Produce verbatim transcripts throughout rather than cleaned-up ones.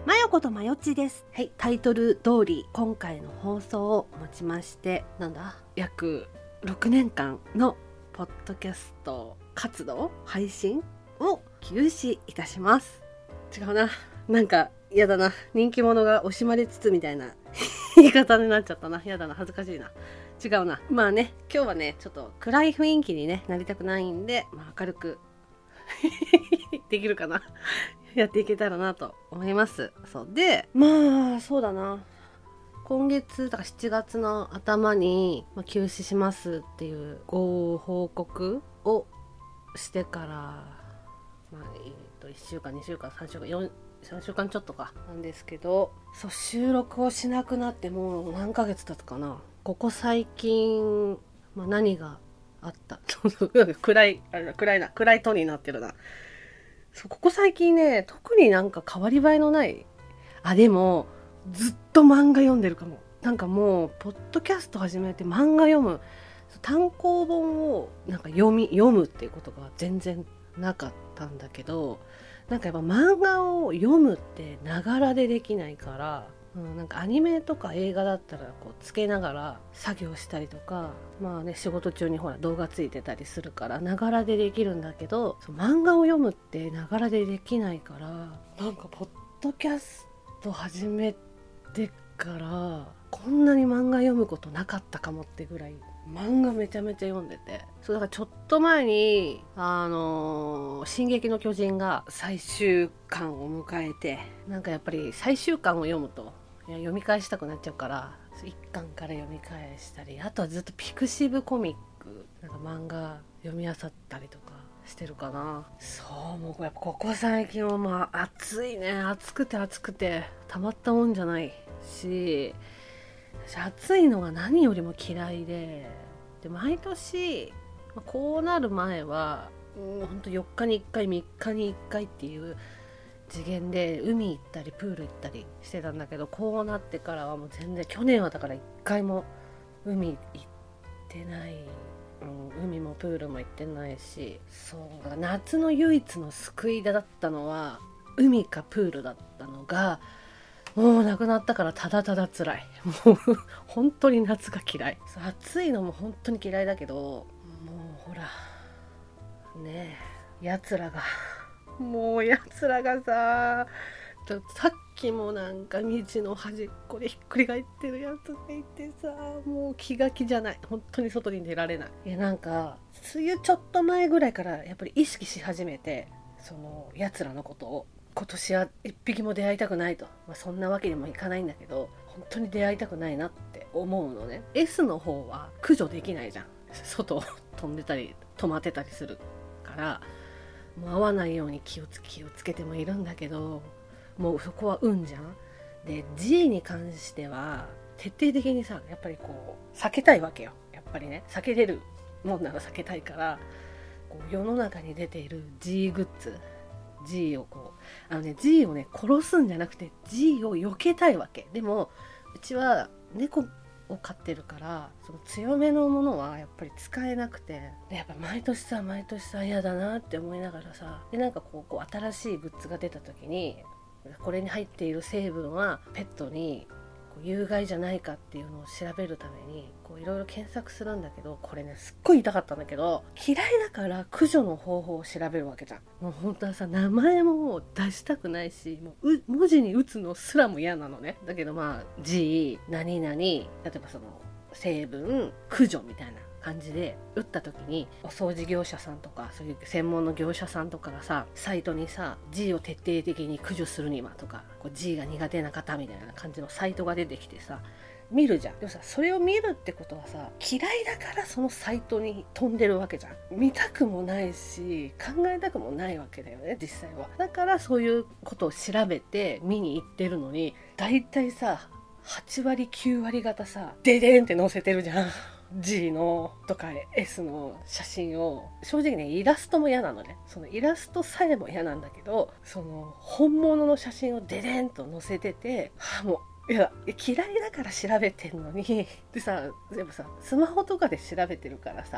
まよことまよっちです。はい、タイトル通り今回の放送をもちましてなんだ約ろくねんかんのポッドキャスト活動配信を休止いたします。違うな、なんかやだな、人気者が惜しまれつつみたいな言い方になっちゃったな。やだな、恥ずかしいな。違うな。まあね、今日はねちょっと暗い雰囲気に、ね、なりたくないんで、まあ、明るくできるかなやっていけたらなと思います。そうで、まあそうだな、今月だからしちがつの頭に、まあ、休止しますっていうご報告をしてから、まあえー、といっしゅうかんにしゅうかんさんしゅうかんよんさんしゅうかんちょっとかなんですけど、そう収録をしなくなってもう何ヶ月経つかな。ここ最近、まあ、何があった暗いあれ暗いな暗いトーンになってるな。そうここ最近ね特になんか変わり映えのない、あでもずっと漫画読んでるかも。なんかもうポッドキャスト始めて漫画読む、単行本をなんか読み読むっていうことが全然なかったんだけど、なんかやっぱ漫画を読むってながらでできないから、うん、なんかアニメとか映画だったらこうつけながら作業したりとか、まあね仕事中にほら動画ついてたりするからながらでできるんだけど、そう漫画を読むってながらでできないから、なんかポッドキャスト始めてからこんなに漫画読むことなかったかもってぐらい漫画めちゃめちゃ読んでて、そうだからちょっと前にあのー、進撃の巨人が最終巻を迎えて、なんかやっぱり最終巻を読むといや読み返したくなっちゃうからいっかんから読み返したり、あとはずっとピクシブコミックなんか漫画読み漁ったりとかしてるかな。そうもうやっぱここ最近はまあ暑いね、暑くて暑くてたまったもんじゃないし、暑いのが何よりも嫌いで、で毎年、まあ、こうなる前はほんとよっかにいっかいみっかにいっかいっていう次元で海行ったりプール行ったりしてたんだけど、こうなってからはもう全然、去年はだからいっかいも海行ってない、うん、海もプールも行ってないし、そう夏の唯一の救いだったのは海かプールだったのがもうなくなったからただただ辛い。もう本当に夏が嫌い。暑いのも本当に嫌いだけど、もうほらねえやつらがもうやつらがさちょさっきもなんか道の端っこでひっくり返ってるやつがいてさ、もう気が気じゃない。本当に外に出られない。いやなんか梅雨ちょっと前ぐらいからやっぱり意識し始めて、そのやつらのことを今年は一匹も出会いたくないと、まあ、そんなわけにもいかないんだけど本当に出会いたくないなって思うのね。 S の方は駆除できないじゃん、外を飛んでたり止まってたりするから、もう会わないように気をつ気をつけてもいるんだけど、もうそこは運じゃん。で G に関しては徹底的にさやっぱりこう避けたいわけよ。やっぱりね避けれるもんなら避けたいから、こう世の中に出ている G グッズ、G をこうあのね G をね殺すんじゃなくて G を避けたいわけ。でもうちは猫を飼ってるからその強めのものはやっぱり使えなくて、でやっぱ毎年さ毎年さ嫌だなって思いながらさ、でなんかこう、こう新しいグッズが出た時にこれに入っている成分はペットに有害じゃないかっていうのを調べるためにこういろいろ検索するんだけど、これねすっごい痛かったんだけど、嫌いだから駆除の方法を調べるわけじゃん。もう本当はさ名前も出したくないし、もう文字に打つのすらも嫌なのね。だけどまあ G 何々例えばその成分駆除みたいな感じで打った時に、お掃除業者さんとかそういう専門の業者さんとかがさサイトにさ G を徹底的に駆除するにはとか、こう G が苦手な方みたいな感じのサイトが出てきてさ見るじゃん。でもさそれを見るってことはさ嫌いだからそのサイトに飛んでるわけじゃん。見たくもないし考えたくもないわけだよね実際は。だからそういうことを調べて見に行ってるのに、だいたいさはちわりきゅうわり方さデデンって載せてるじゃんG のとか S の写真を。正直ねイラストも嫌なのね。そのイラストさえも嫌なんだけど、その本物の写真をデデンと載せてて、はあ、もういや嫌いだから調べてんのにでさ、全部さスマホとかで調べてるからさ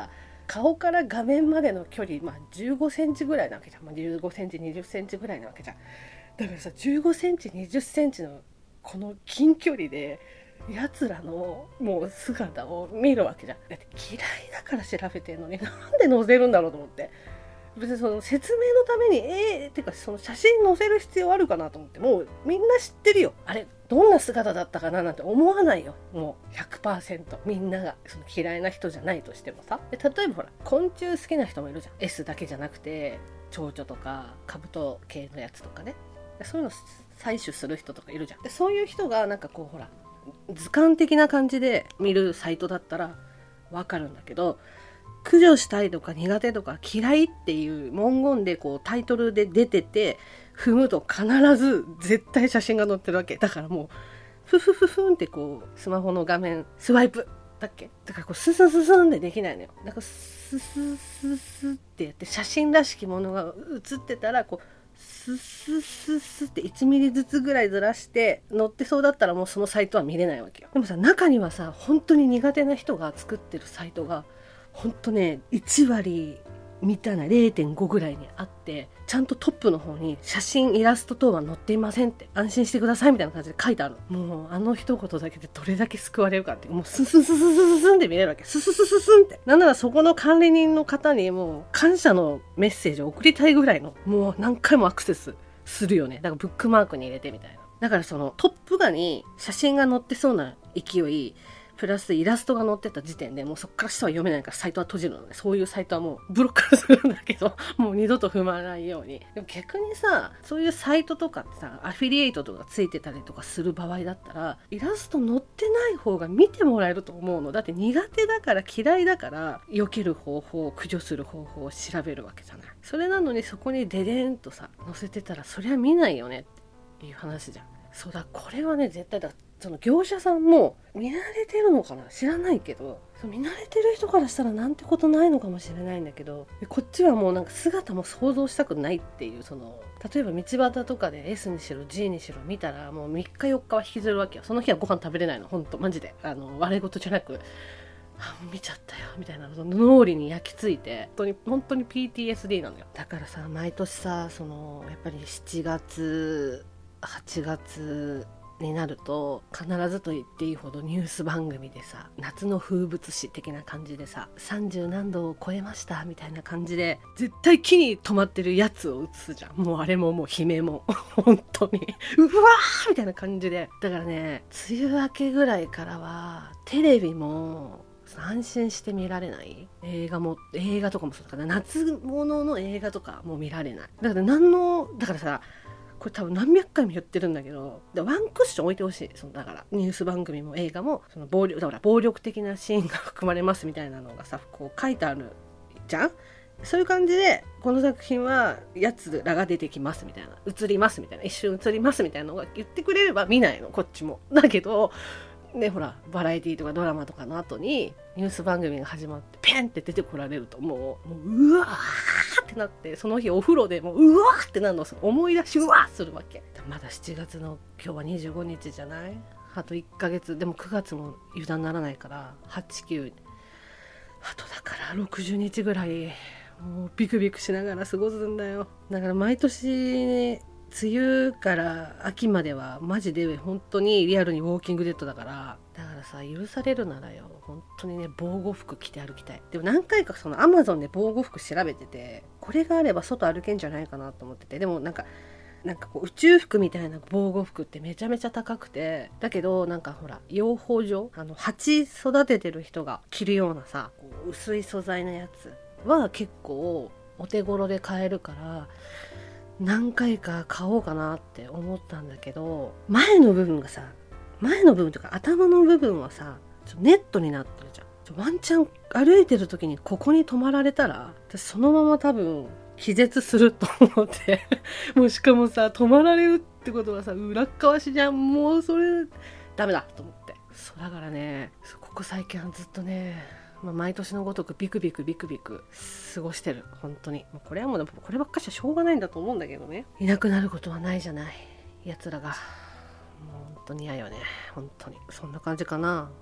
顔から画面までの距離、まあ、じゅうごセンチぐらいなわけじゃん、まあ、じゅうごセンチにじゅっセンチぐらいなわけじゃん。だからさじゅうごセンチにじゅっセンチのこの近距離でやつらのもう姿を見るわけじゃん。だって嫌いだから調べてんのになんで載せるんだろうと思って、別にその説明のためにえーってかその写真載せる必要あるかなと思って、もうみんな知ってるよ、あれどんな姿だったかななんて思わないよ、もう ひゃくパーセント みんながその嫌いな人じゃないとしてもさ。で例えばほら昆虫好きな人もいるじゃん、 S だけじゃなくて蝶々とかカブト系のやつとかね、そういうの採取する人とかいるじゃん。でそういう人がなんかこうほら図鑑的な感じで見るサイトだったらわかるんだけど、駆除したいとか苦手とか嫌いっていう文言でこうタイトルで出てて踏むと必ず絶対写真が載ってるわけだから、もうフフフフンってこうスマホの画面スワイプだっけだからこうススススンってできないのよ。だからススススってやって写真らしきものが写ってたらこうススススっていちミリずつぐらいずらして載ってそうだったらもうそのサイトは見れないわけよ。でもさ中にはさ本当に苦手な人が作ってるサイトが本当ねいち割みたいな ゼロてんご ぐらいにあって、ちゃんとトップの方に写真イラスト等は載っていませんって安心してくださいみたいな感じで書いてある。もうあの一言だけでどれだけ救われるかって、もうスススススススンって見れるわけ。スススススンってなんならそこの管理人の方にもう感謝のメッセージを送りたいぐらいの、もう何回もアクセスするよね。だからブックマークに入れてみたいな。だからそのトップ画に写真が載ってそうな勢いプラスイラストが載ってた時点でもうそっから下は読めないからサイトは閉じるので、そういうサイトはもうブロックするんだけどもう二度と踏まないように。でも逆にさそういうサイトとかってさアフィリエイトとかついてたりとかする場合だったらイラスト載ってない方が見てもらえると思うの。だって苦手だから嫌いだから避ける方法駆除する方法を調べるわけじゃない。それなのにそこにデデンとさ載せてたらそりゃ見ないよねっていう話じゃん。そうだこれはね絶対だその業者さんも見慣れてるのかな知らないけど、見慣れてる人からしたらなんてことないのかもしれないんだけど、こっちはもうなんか姿も想像したくないっていう、その例えば道端とかで S にしろ G にしろ見たらもうみっかよっかは引きずるわけよ。その日はご飯食べれないの、ほんとマジであの笑い事じゃなくあ見ちゃったよみたいなの脳裏に焼き付いて本当に本当に ピーティーエスディー なのよ。だからさ毎年さそのやっぱりしちがつはちがつになると必ずと言っていいほどニュース番組でさ夏の風物詩的な感じでささんじゅうなんどを超えましたみたいな感じで絶対木に止まってるやつを映すじゃん。もうあれももう悲鳴も本当にうわーみたいな感じで、だからね梅雨明けぐらいからはテレビも安心して見られない。映画も映画とかもそうだから夏物の映画とかも見られない。だから何のだからさこれ多分何百回も言ってるんだけど、ワンクッション置いてほしい。そのだからニュース番組も映画もその暴力だから暴力的なシーンが含まれますみたいなのがさこう書いてあるじゃん。そういう感じでこの作品はやつらが出てきますみたいな映りますみたいな一瞬映りますみたいなのが言ってくれれば見ないのこっちも。だけどねほらバラエティとかドラマとかの後にニュース番組が始まってペンって出てこられるともう、もう、うわーってなってその日お風呂でもううわーってなるのを思い出しうわーするわけ。まだしちがつの今日はにじゅうごにちじゃない。あといっかげつでもくがつも油断ならないからはちきゅうあとだからろくじゅうにちぐらいもうビクビクしながら過ごすんだよ。だから毎年ね梅雨から秋まではマジで本当にリアルにウォーキングデッドだから、だからさ許されるならよ本当にね防護服着て歩きたい。でも何回かそのアマゾンで防護服調べててこれがあれば外歩けんじゃないかなと思ってて、でもなんかなんかこう宇宙服みたいな防護服ってめちゃめちゃ高くて、だけどなんかほら養蜂場あの蜂育ててる人が着るようなさこう薄い素材のやつは結構お手頃で買えるから何回か買おうかなって思ったんだけど、前の部分がさ前の部分とか頭の部分はさちょネットになってるじゃん。ワンチャン歩いてる時にここに止まられたら私そのまま多分気絶すると思ってもうしかもさ止まられるってことはさ裏っかわしじゃん。もうそれダメだと思って、そうだからねここ最近はずっとねまあ、毎年のごとくビクビクビクビク過ごしてる本当に。これはもうこればっかしはしょうがないんだと思うんだけどね。いなくなることはないじゃない奴らが。もう本当に嫌よね本当に。そんな感じかな。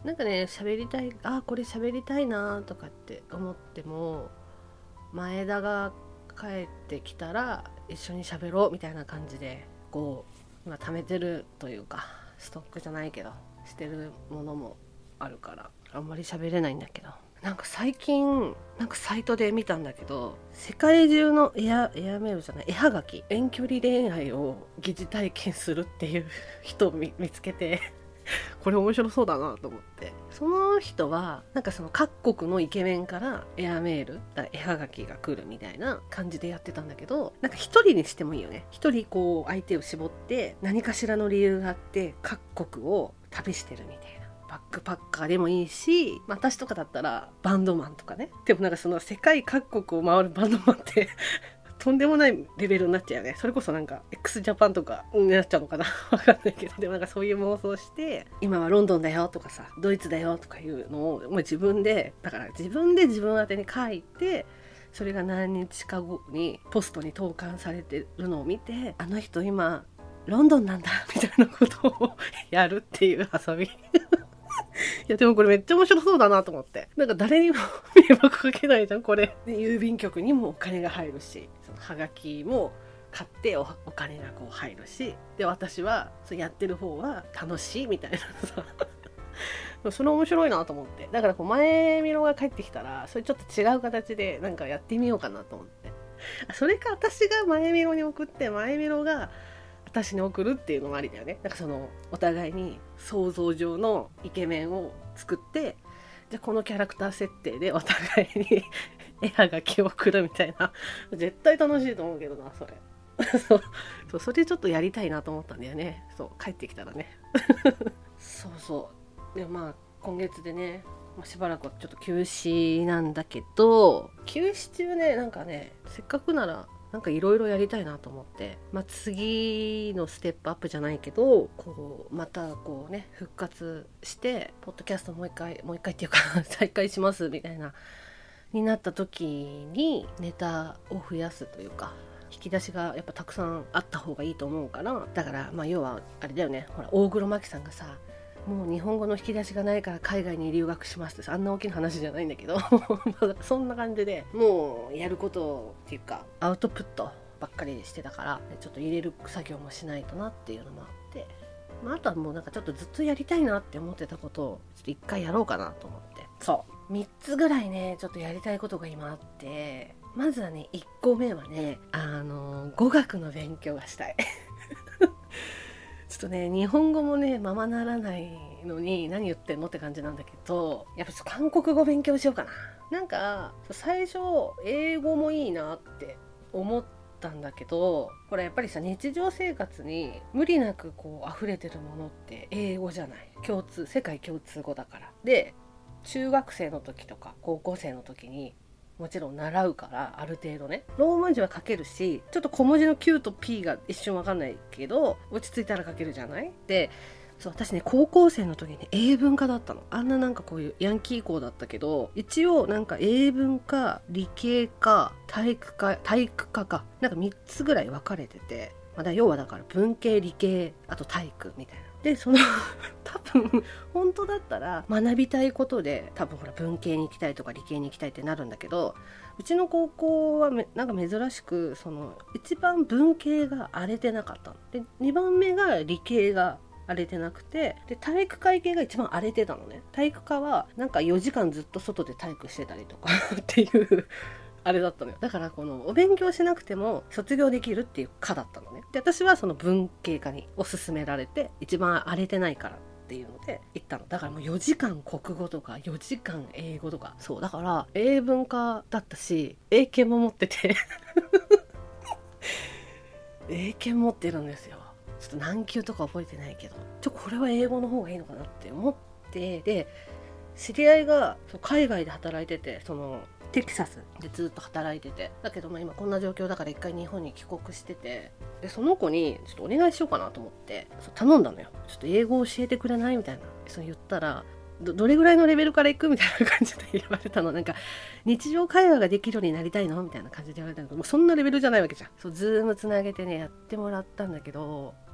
なんかね喋りたい、あこれ喋りたいなとかって思っても、前田が帰ってきたら一緒に喋ろうみたいな感じでこう今貯めてるというか、ストックじゃないけどしてるものもあるからあんまり喋れないんだけど、なんか最近なんかサイトで見たんだけど、世界中のエアエアメールじゃない絵はがき遠距離恋愛を疑似体験するっていう人を 見, 見つけてこれ面白そうだなと思って、その人はなんかその各国のイケメンからエアメールだ絵はがきが来るみたいな感じでやってたんだけど、なんか一人にしてもいいよね。一人こう相手を絞って何かしらの理由があって各国を旅してるみたいな、バックパッカーでもいいし、まあ、私とかだったらバンドマンとかね。でもなんかその世界各国を回るバンドマンってとんでもないレベルになっちゃうよね。それこそなんか X ジャパンとかになっちゃうのかなわかんないけど、でもなんかそういう妄想して今はロンドンだよとかさ、ドイツだよとかいうのをもう自分でだから自分で自分宛てに書いて、それが何日か後にポストに投函されてるのを見て、あの人今ロンドンなんだみたいなことをやるっていう遊びいやでもこれめっちゃ面白そうだなと思って、なんか誰にも迷惑かけないじゃんこれで、郵便局にもお金が入るし、そのハガキも買って お, お金がこう入るし、で私はそうやってる方は楽しいみたいなさそれ面白いなと思って、だからこう前見ろが帰ってきたらそれちょっと違う形でなんかやってみようかなと思って、それか私が前見ろに送って前見ろが私に送るっていうのもありだよね。なんかそのお互いに想像上のイケメンを作って、じゃあこのキャラクター設定でお互いに絵はがきを送るみたいな、絶対楽しいと思うけどなそれそうそう、それちょっとやりたいなと思ったんだよね。そう帰ってきたらねそうそうでもまあ今月でね、まあ、しばらくはちょっと休止なんだけど、休止中ねなんかねせっかくならなんかいろいろやりたいなと思って、まあ、次のステップアップじゃないけどこうまたこうね復活してポッドキャストもう一回もう一回っていうか再開しますみたいなになった時にネタを増やすというか、引き出しがやっぱたくさんあった方がいいと思うから、だからまあ要はあれだよね、ほら大黒摩季さんがさ、もう日本語の引き出しがないから海外に留学しますって、あんな大きな話じゃないんだけどそんな感じでもうやることっていうかアウトプットばっかりしてたから、ちょっと入れる作業もしないとなっていうのもあって、まあ、あとはもうなんかちょっとずっとやりたいなって思ってたことをちょっと一回やろうかなと思って、そうみっつぐらいねちょっとやりたいことが今あって、まずはねいっこめはねあの語学の勉強がしたいちょっとね日本語もねままならないのに何言ってんのって感じなんだけど、やっぱちょっと韓国語勉強しようかな。なんか最初英語もいいなって思ったんだけど、これやっぱりさ日常生活に無理なくこう溢れてるものって英語じゃない、共通世界共通語だから。で中学生の時とか高校生の時にもちろん習うから、ある程度ねローマ字は書けるし、ちょっと小文字の Q と P が一瞬わかんないけど落ち着いたら書けるじゃない。でそう私ね高校生の時に英文科だったの。あんななんかこういうヤンキー校だったけど、一応なんか英文科理系科体育科体育科かなんかみっつぐらい分かれてて、まだ要はだから文系理系あと体育みたいな。でその多分本当だったら学びたいことで多分ほら文系に行きたいとか理系に行きたいってなるんだけど、うちの高校はめなんか珍しくその一番文系が荒れてなかったので、にばんめが理系が荒れてなくて、で体育会系が一番荒れてたのね。体育科はなんかよじかんずっと外で体育してたりとかっていうあれだったのよ。だからこのお勉強しなくても卒業できるっていう科だったのね。で私はその文系科におすすめられて、一番荒れてないからっていうので行ったの。だからもうよじかん国語とかよじかん英語とか、そうだから英文科だったし英検も持ってて英検持ってるんですよ。ちょっと何級とか覚えてないけど、ちょこれは英語の方がいいのかなって思って、で知り合いが海外で働いてて、そのテキサスでずっと働いてて、だけどまあ今こんな状況だから一回日本に帰国してて、でその子にちょっとお願いしようかなと思ってそう頼んだのよ。ちょっと英語教えてくれないみたいな。そう言ったら ど, どれぐらいのレベルから行くみたいな感じで言われたの。なんか日常会話ができるようになりたいのみたいな感じで言われたけど、もうそんなレベルじゃないわけじゃん。そうズームつなげてねやってもらったんだけど、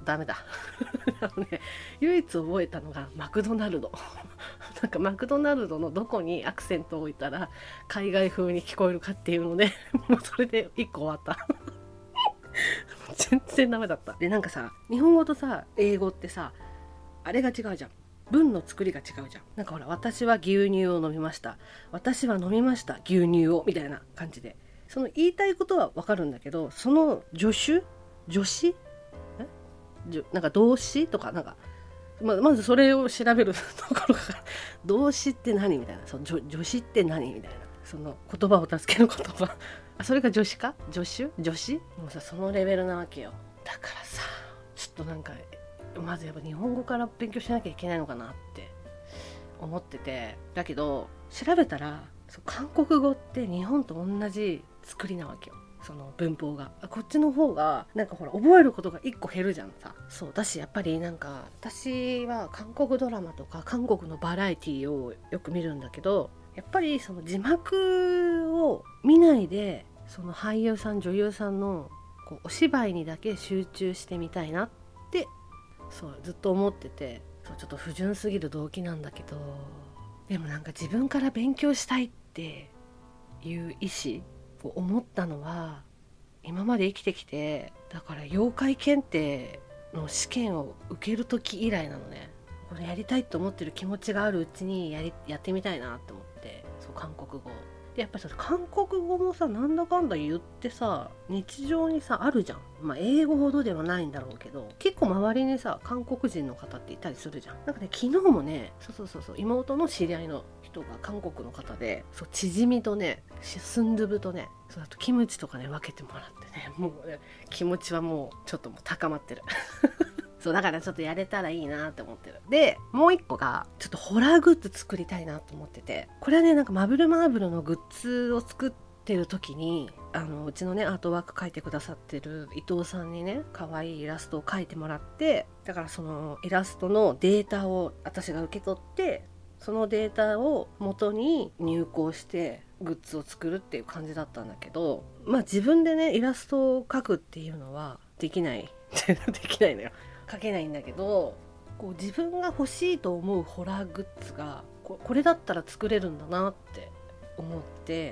ダメだあのね、唯一覚えたのがマクドナルドなんかマクドナルドのどこにアクセントを置いたら海外風に聞こえるかっていうのでもうそれでいっこ終わった全然ダメだった。でなんかさ、日本語とさ英語ってさあれが違うじゃん、文の作りが違うじゃん。なんかほら、私は牛乳を飲みました、私は飲みました牛乳をみたいな感じで、その言いたいことはわかるんだけど、その助手助詞えじょなんか動詞とかなんか ま, まずそれを調べるところから動詞って何みたいな、その助助詞って何みたいな、その言葉を助ける言葉あ、それが助詞か助手助詞、もうさそのレベルなわけよ。だからさ、ちょっとなんかまずやっぱ日本語から勉強しなきゃいけないのかなって思ってて、だけど調べたらそう韓国語って日本と同じ作りなわけよ。その文法がこっちの方がなんかほら覚えることがいっこ減るじゃんさ。そうだし、やっぱりなんか私は韓国ドラマとか韓国のバラエティをよく見るんだけど、やっぱりその字幕を見ないでその俳優さん女優さんのこうお芝居にだけ集中してみたいなってそうずっと思ってて、そうちょっと不純すぎる動機なんだけど、でもなんか自分から勉強したいっていう意思を思ったのは今まで生きてきて、だから妖怪検定の試験を受ける時以来なのね。これやりたいと思ってる気持ちがあるうちにやりやってみたいなって思って、そう韓国語でやっぱりさ、韓国語もさなんだかんだ言ってさ日常にさあるじゃん。まあ英語ほどではないんだろうけど、結構周りにさ韓国人の方っていたりするじゃん。なんかね、昨日もね、そうそうそうそう、妹の知り合いの人が韓国の方で、そうチヂミとねスンドゥブとね、そうあとキムチとかね分けてもらってね、もうね気持ちはもうちょっともう高まってるそうだからちょっとやれたらいいなって思ってる。でもう一個がちょっとホラーグッズ作りたいなと思ってて、これはねなんかマブルマーブルのグッズを作ってる時にあのうちのねアートワーク描いてくださってる伊藤さんにね可愛いイラストを描いてもらって、だからそのイラストのデータを私が受け取って、そのデータを元に入稿してグッズを作るっていう感じだったんだけど、まあ自分でねイラストを描くっていうのはできないできないのよ、描けないんだけど、こう自分が欲しいと思うホラーグッズが こ, これだったら作れるんだなって思って、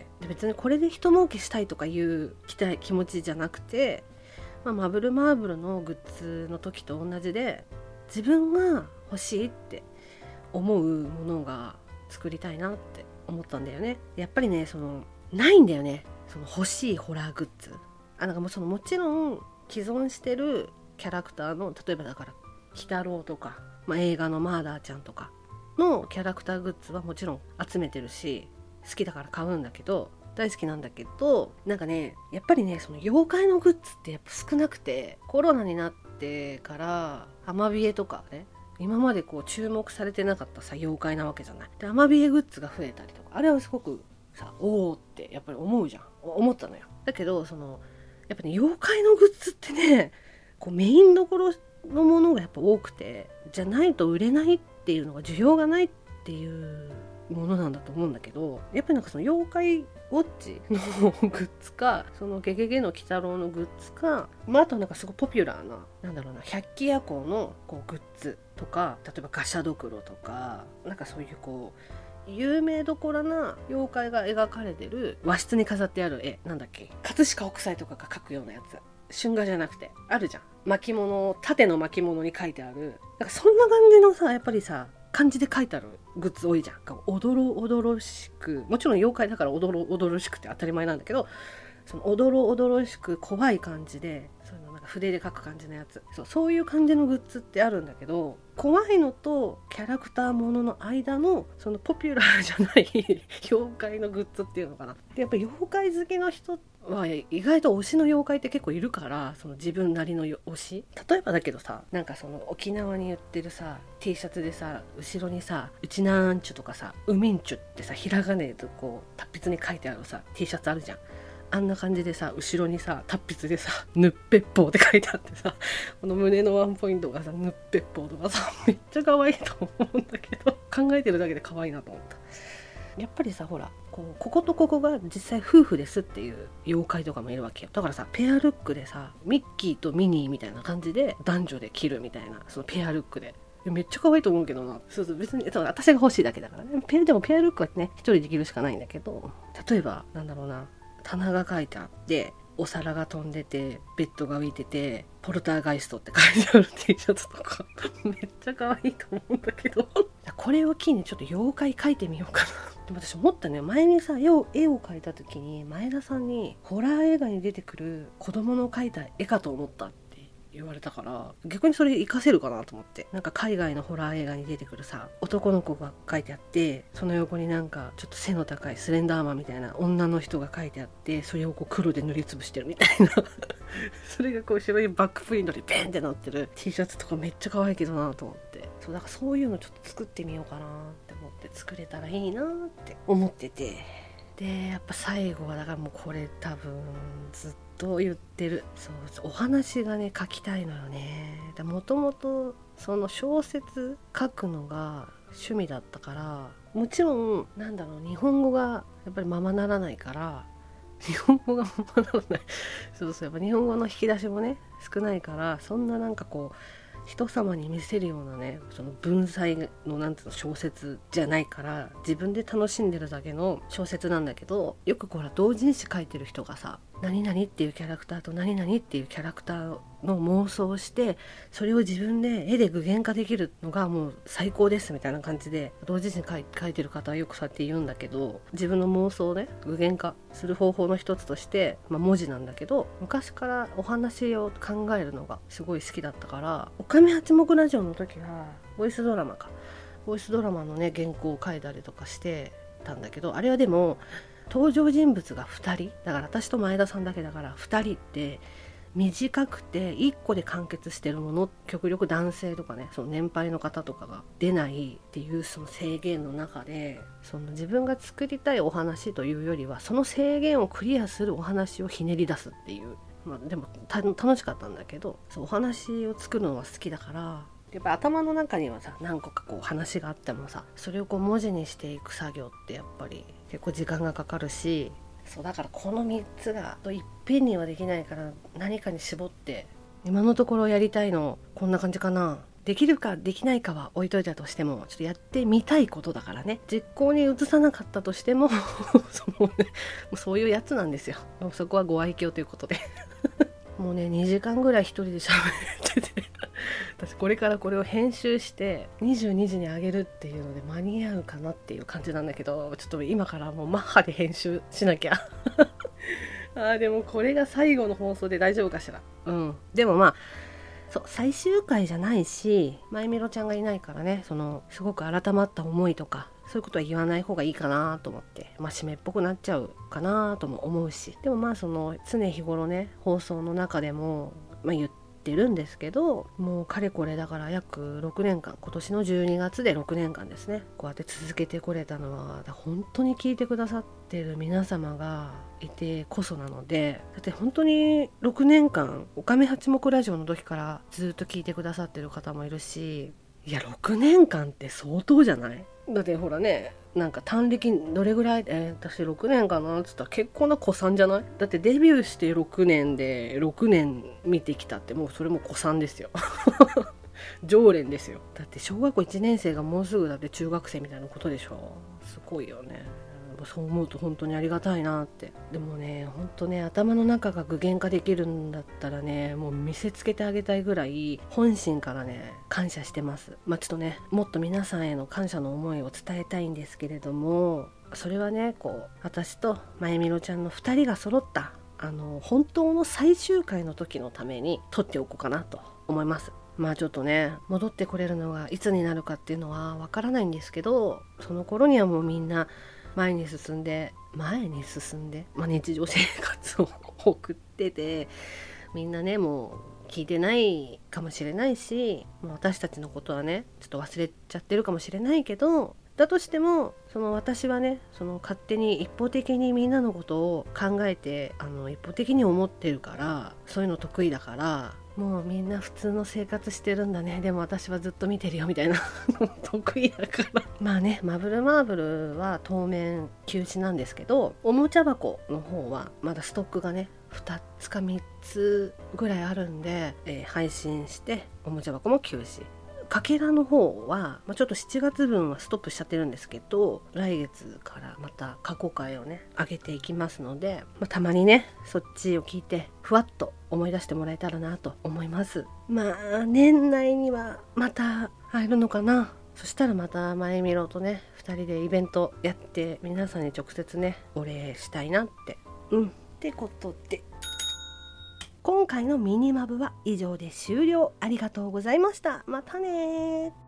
で別にこれで人儲けしたいとかいう期待気持ちじゃなくて、まあ、マブルマーブルのグッズの時と同じで自分が欲しいって思うものが作りたいなって思ったんだよね。やっぱりねそのないんだよね、その欲しいホラーグッズ。あなんかもうそのもちろん既存してるキャラクターの、例えばだから鬼太郎とか、まあ、映画のマーダーちゃんとかのキャラクターグッズはもちろん集めてるし好きだから買うんだけど、大好きなんだけど、なんかねやっぱりねその妖怪のグッズってやっぱ少なくて、コロナになってからアマビエとかね、今までこう注目されてなかったさ妖怪なわけじゃない。でアマビエグッズが増えたりとか、あれはすごくさおーってやっぱり思うじゃん、思ったのよ。だけどそのやっぱね妖怪のグッズってねこうメインどころのものがやっぱ多くて、じゃないと売れないっていうのが需要がないっていうものなんだと思うんだけど、やっぱりなんかその妖怪ウォッチのグッズか、そのゲゲゲの鬼太郎のグッズか、まあ、あとなんかすごいポピュラーななんだろうな百鬼夜行のこうグッズとか、例えばガシャドクロとか、なんかそういうこう有名どころな妖怪が描かれてる和室に飾ってある絵、なんだっけ、葛飾北斎とかが描くようなやつ、春画じゃなくてあるじゃん、巻物、縦の巻物に書いてある、なんかそんな感じのさやっぱりさ漢字で書いてあるグッズ多いじゃん。おどろおどろしく、もちろん妖怪だからおどろおどろしくて当たり前なんだけど、そのおどろおどろしく怖い感じで、そういうのなんか筆で描く感じのやつ、そう、そういう感じのグッズってあるんだけど、怖いのとキャラクターものの間のそのポピュラーじゃない妖怪のグッズっていうのかな。でやっぱり妖怪好きの人は意外と推しの妖怪って結構いるから、その自分なりの推し、例えばだけどさ、なんかその沖縄に売ってるさ T シャツでさ、後ろにさうちなんちゅとかさうみんちゅってさひらがねでこう達筆に書いてあるさ T シャツあるじゃん。あんな感じでさ後ろにさ達筆でさぬっぺっぽうって書いてあってさ、この胸のワンポイントがさぬっぺっぽうとかさめっちゃ可愛いと思うんだけど、考えてるだけで可愛いなと思った。 やっぱりさほらこうこことここが実際夫婦ですっていう妖怪とかもいるわけよ。だからさペアルックでさミッキーとミニーみたいな感じで男女で着るみたいな、そのペアルックでめっちゃ可愛いと思うけどな。そうそう、別に私が欲しいだけだからね。ペアでもペアルックはね一人で着るしかないんだけど、例えばなんだろうな、棚が書いてあってお皿が飛んでてベッドが浮いててポルターガイストって書いてある T シャツとかめっちゃ可愛いと思うんだけどこれを機にちょっと妖怪描いてみようかな。でも私思ったね、前にさ絵を絵を描いた時に前田さんにホラー映画に出てくる子供の描いた絵かと思ったって言われたから、逆にそれ活かせるかなと思って、なんか海外のホラー映画に出てくるさ男の子が描いてあって、その横になんかちょっと背の高いスレンダーマンみたいな女の人が描いてあって、それをこう黒で塗りつぶしてるみたいなそれがこう後ろにバックプリントでベンってなってる T シャツとかめっちゃ可愛いけどなと思って、そうだからそういうのちょっと作ってみようかなって思って作れたらいいなって思ってて、でやっぱ最後はだからもうこれ多分ずっと言ってる、そうお話がね書きたいのよね。もともとその小説書くのが趣味だったから、もちろんなんだろう日本語がやっぱりままならないから日本語がままならないそうそう、やっぱ日本語の引き出しもね少ないから、そんななんかこう人様に見せるようなねその文才のなんていうの小説じゃないから、自分で楽しんでるだけの小説なんだけど、よくほら同人誌書いてる人がさ何々っていうキャラクターと何々っていうキャラクターの妄想をして、それを自分で絵で具現化できるのがもう最高ですみたいな感じで同時に書い、書いてる方はよくそうやって言うんだけど、自分の妄想をね具現化する方法の一つとして、まあ、文字なんだけど、昔からお話を考えるのがすごい好きだったから、おかみ八目ラジオの時はボイスドラマかボイスドラマのね原稿を書いたりとかしてたんだけど、あれはでも登場人物がふたりだから、私と前田さんだけだからふたりって短くていっこで完結してるもの、極力男性とかねその年配の方とかが出ないっていうその制限の中で、その自分が作りたいお話というよりはその制限をクリアするお話をひねり出すっていう、まあ、でも楽しかったんだけど、そうお話を作るのは好きだから、やっぱ頭の中にはさ何個かこう話があってもさ、それをこう文字にしていく作業ってやっぱり結構時間がかかるし、そうだからこのみっつがいっぺんにはできないから、何かに絞って今のところやりたいのこんな感じかな。できるかできないかは置いといたとしても、ちょっとやってみたいことだからね。実行に移さなかったとしてもそう、ね、そういうやつなんですよ。そこはご愛嬌ということでもうねにじかんぐらい一人で喋ってて私これからこれを編集してにじゅうにじに上げるっていうので間に合うかなっていう感じなんだけど、ちょっと今からもうマッハで編集しなきゃあーでもこれが最後の放送で大丈夫かしら。うんでもまあそう最終回じゃないし、まゆみろちゃんがいないからね、そのすごく改まった思いとかそういうことは言わない方がいいかなと思って、まあ締めっぽくなっちゃうかなとも思うし、でもまあその常日頃ね放送の中でも、まあ、言ってるんですけど、もうかれこれだから約ろくねんかん、今年のじゅうにがつでろくねんかんですね、こうやって続けてこれたのは本当に聞いてくださってる皆様がいてこそなので、だって本当にろくねんかんおかみ八目ラジオの時からずっと聞いてくださってる方もいるし、いやろくねんかんって相当じゃない？だってほらね、なんか単歴どれぐらい、えー、私ろくねんかなっつったら結構な古参じゃない？だってデビューしてろくねんでろくねん見てきたって、もうそれも古参ですよ常連ですよ。だって小学校いちねん生がもうすぐだって中学生みたいなことでしょ。すごいよね。そう思うと本当にありがたいなって。でもね本当ね頭の中が具現化できるんだったらね、もう見せつけてあげたいぐらい本心からね感謝してます。まあちょっとねもっと皆さんへの感謝の思いを伝えたいんですけれども、それはねこう私とまゆみろちゃんのふたりが揃ったあの本当の最終回の時のために撮っておこうかなと思います。まあちょっとね戻ってこれるのがいつになるかっていうのはわからないんですけど、その頃にはもうみんな前に進んで前に進んで、まあ、日常生活を送ってて、みんなねもう聞いてないかもしれないし、もう私たちのことはねちょっと忘れちゃってるかもしれないけど、 だとしてもその私はねその勝手に一方的にみんなのことを考えてあの一方的に思ってるからそういうの得意だからもうみんな普通の生活してるんだねでも私はずっと見てるよみたいな得意だからまあねマブルマーブルは当面休止なんですけどおもちゃ箱の方はまだストックがねふたつかみっつぐらいあるんで、えー、配信しておもちゃ箱も休止かけらの方は、まあ、ちょっとしちがつぶんはストップしちゃってるんですけど来月からまた過去回をね上げていきますので、まあ、たまにねそっちを聞いてふわっと思い出してもらえたらなと思います。まあ年内にはまた入るのかな。そしたらまたまゆみろとねふたりでイベントやって皆さんに直接ねお礼したいなってうんってことで今回のミニマブは以上で終了。ありがとうございました。またね。